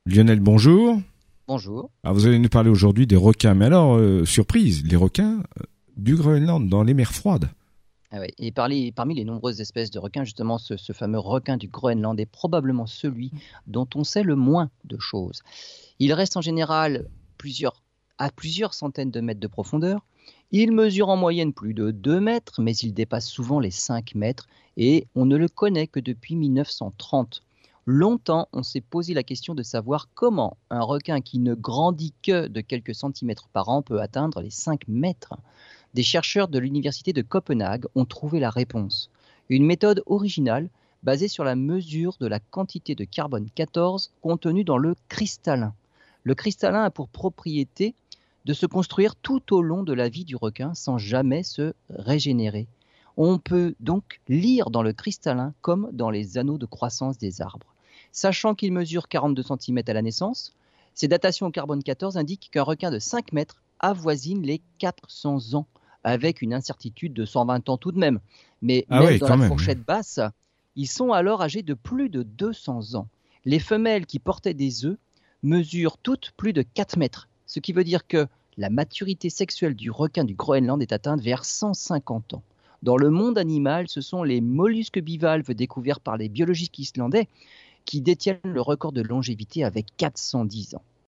Lionel, bonjour. Bonjour. Ah, vous allez nous parler aujourd'hui des requins. Mais alors, surprise, les requins du Groenland, dans les mers froides. Ah oui. Et parmi les nombreuses espèces de requins, justement, ce fameux requin du Groenland est probablement celui dont on sait le moins de choses. Il reste en général à plusieurs centaines de mètres de profondeur. Il mesure en moyenne plus de 2 mètres, mais il dépasse souvent les 5 mètres et on ne le connaît que depuis 1930. Longtemps, on s'est posé la question de savoir comment un requin qui ne grandit que de quelques centimètres par an peut atteindre les 5 mètres. Des chercheurs de l'université de Copenhague ont trouvé la réponse. Une méthode originale basée sur la mesure de la quantité de carbone 14 contenue dans le cristallin. Le cristallin a pour propriété de se construire tout au long de la vie du requin sans jamais se régénérer. On peut donc lire dans le cristallin comme dans les anneaux de croissance des arbres. Sachant qu'il mesure 42 cm à la naissance, ces datations au carbone 14 indiquent qu'un requin de 5 mètres avoisine les 400 ans, avec une incertitude de 120 ans tout de même. Mais même dans la fourchette basse, ils sont alors âgés de plus de 200 ans. Les femelles qui portaient des œufs mesurent toutes plus de 4 mètres, ce qui veut dire que la maturité sexuelle du requin du Groenland est atteinte vers 150 ans. Dans le monde animal, ce sont les mollusques bivalves découverts par les biologistes islandais qui détiennent le record de longévité avec 410 ans.